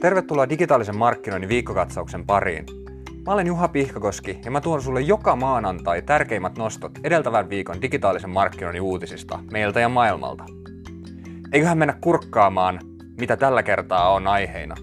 Tervetuloa digitaalisen markkinoinnin viikkokatsauksen pariin. Mä olen Juha Pihkakoski ja mä tuon sulle joka maanantai tärkeimmät nostot edeltävän viikon digitaalisen markkinoinnin uutisista meiltä ja maailmalta. Eiköhän mennä kurkkaamaan, mitä tällä kertaa on aiheina.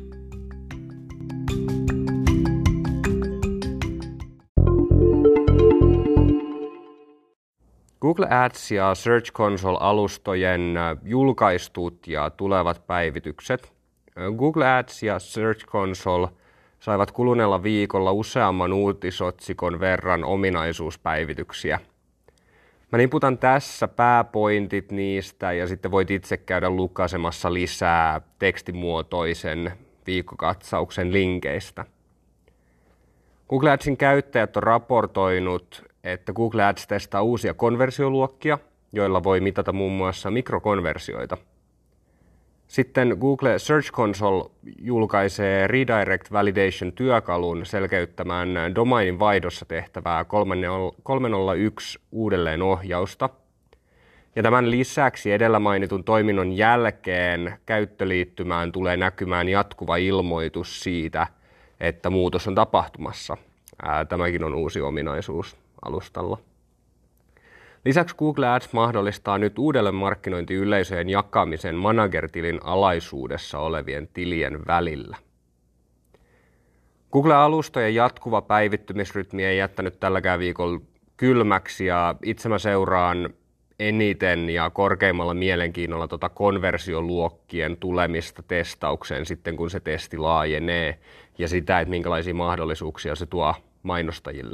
Google Ads ja Search Console-alustojen julkaistut ja tulevat päivitykset. Google Ads ja Search Console saivat kuluneella viikolla useamman uutisotsikon verran ominaisuuspäivityksiä. Mä niputan tässä pääpointit niistä ja sitten voit itse käydä lukaisemassa lisää tekstimuotoisen viikkokatsauksen linkeistä. Google Adsin käyttäjät on raportoinut, että Google Ads testaa uusia konversioluokkia, joilla voi mitata muun muassa mikrokonversioita. Sitten Google Search Console julkaisee Redirect Validation-työkalun selkeyttämään domainin vaihdossa tehtävää 301 uudelleenohjausta. Ja tämän lisäksi edellä mainitun toiminnon jälkeen käyttöliittymään tulee näkymään jatkuva ilmoitus siitä, että muutos on tapahtumassa. Tämäkin on uusi ominaisuus alustalla. Lisäksi Google Ads mahdollistaa nyt uudelleen markkinointiyleisöjen jakamisen manager-tilin alaisuudessa olevien tilien välillä. Google-alustojen jatkuva päivittymisrytmi ei jättänyt tälläkään viikolla kylmäksi ja itse mä seuraan eniten ja korkeimmalla mielenkiinnolla konversioluokkien tulemista testaukseen sitten kun se testi laajenee ja sitä, että minkälaisia mahdollisuuksia se tuo mainostajille.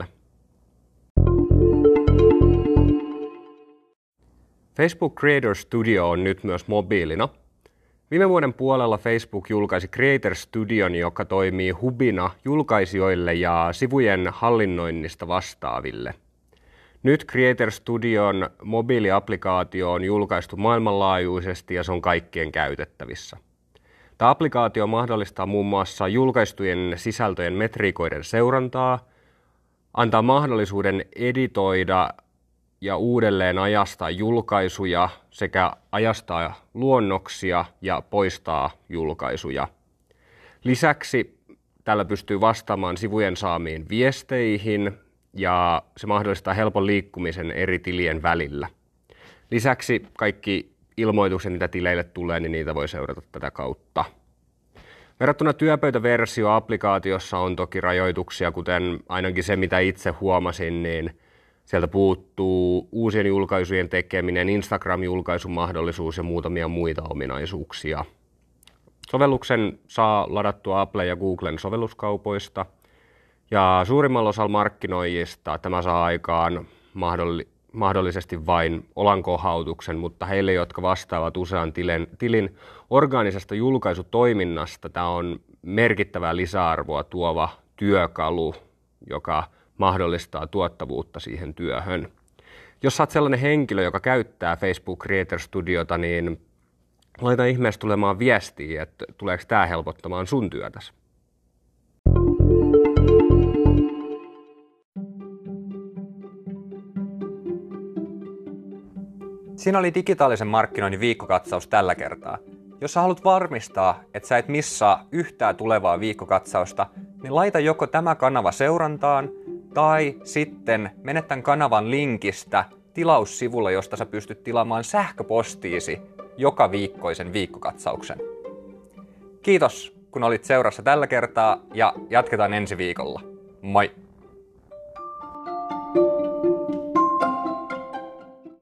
Facebook Creator Studio on nyt myös mobiilina. Viime vuoden puolella Facebook julkaisi Creator Studion, joka toimii hubina julkaisijoille ja sivujen hallinnoinnista vastaaville. Nyt Creator Studion mobiiliaplikaatio on julkaistu maailmanlaajuisesti ja se on kaikkien käytettävissä. Tämä applikaatio mahdollistaa muun muassa julkaistujen sisältöjen metriikoiden seurantaa, antaa mahdollisuuden editoida ja uudelleen ajastaa julkaisuja sekä ajastaa luonnoksia ja poistaa julkaisuja. Lisäksi tällä pystyy vastaamaan sivujen saamiin viesteihin ja se mahdollistaa helpon liikkumisen eri tilien välillä. Lisäksi kaikki ilmoitukset, mitä tileille tulee, niin niitä voi seurata tätä kautta. Verrattuna työpöytäversio-applikaatiossa on toki rajoituksia, kuten ainakin se, mitä itse huomasin, niin sieltä puuttuu uusien julkaisujen tekeminen, Instagram-julkaisumahdollisuus ja muutamia muita ominaisuuksia. Sovelluksen saa ladattua Apple ja Googlen sovelluskaupoista ja suurimmalla osalla markkinoijista tämä saa aikaan mahdollisesti vain olankohautuksen, mutta heille, jotka vastaavat usean tilin orgaanisesta julkaisutoiminnasta, tämä on merkittävää lisäarvoa tuova työkalu, joka mahdollistaa tuottavuutta siihen työhön. Jos olet sellainen henkilö, joka käyttää Facebook Creator Studiota, niin laita ihmeessä tulemaan viestiä, että tuleeko tämä helpottamaan sun työtäsi. Siinä oli digitaalisen markkinoinnin viikkokatsaus tällä kertaa. Jos sä haluat varmistaa, että sä et missaa yhtään tulevaa viikkokatsausta, niin laita joko tämä kanava seurantaan tai sitten mene tämän kanavan linkistä tilaussivulle, josta sä pystyt tilaamaan sähköpostiisi joka viikkoisen viikkokatsauksen. Kiitos, kun olit seurassa tällä kertaa ja jatketaan ensi viikolla. Moi!